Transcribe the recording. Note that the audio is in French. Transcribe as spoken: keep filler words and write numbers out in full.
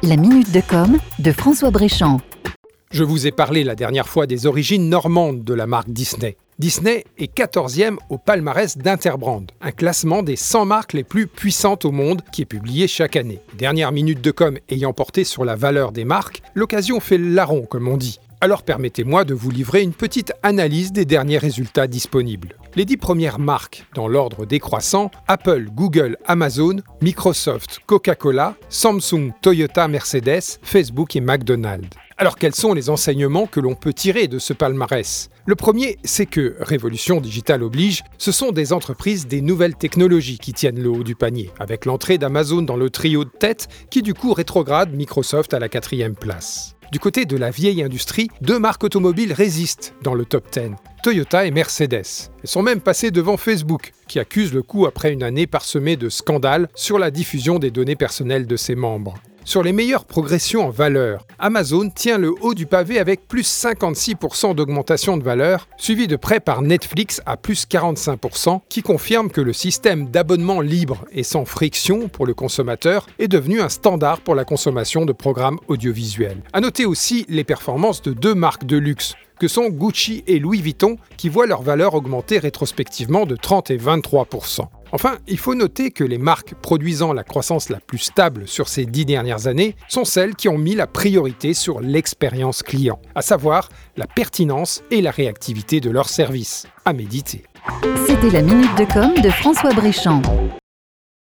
La minute de com de François Bréchamp. Je vous ai parlé la dernière fois des origines normandes de la marque Disney. Disney est quatorzième au palmarès d'Interbrand, un classement des cent marques les plus puissantes au monde qui est publié chaque année. Dernière minute de com ayant porté sur la valeur des marques, l'occasion fait le larron comme on dit. Alors permettez-moi de vous livrer une petite analyse des derniers résultats disponibles. Les dix premières marques, dans l'ordre décroissant, Apple, Google, Amazon, Microsoft, Coca-Cola, Samsung, Toyota, Mercedes, Facebook et McDonald's. Alors quels sont les enseignements que l'on peut tirer de ce palmarès ? Le premier, c'est que, révolution digitale oblige, ce sont des entreprises des nouvelles technologies qui tiennent le haut du panier, avec l'entrée d'Amazon dans le trio de tête qui du coup rétrograde Microsoft à la quatrième place. Du côté de la vieille industrie, deux marques automobiles résistent dans le top dix, Toyota et Mercedes. Elles sont même passées devant Facebook, qui accuse le coup après une année parsemée de scandales sur la diffusion des données personnelles de ses membres. Sur les meilleures progressions en valeur, Amazon tient le haut du pavé avec plus cinquante-six pour cent d'augmentation de valeur, suivi de près par Netflix à plus quarante-cinq pour cent, qui confirme que le système d'abonnement libre et sans friction pour le consommateur est devenu un standard pour la consommation de programmes audiovisuels. À noter aussi les performances de deux marques de luxe, que sont Gucci et Louis Vuitton, qui voient leur valeur augmenter rétrospectivement de trente et vingt-trois pour cent. Enfin, il faut noter que les marques produisant la croissance la plus stable sur ces dix dernières années sont celles qui ont mis la priorité sur l'expérience client, à savoir la pertinence et la réactivité de leurs services. À méditer. C'était la minute de com de François Bréchamp.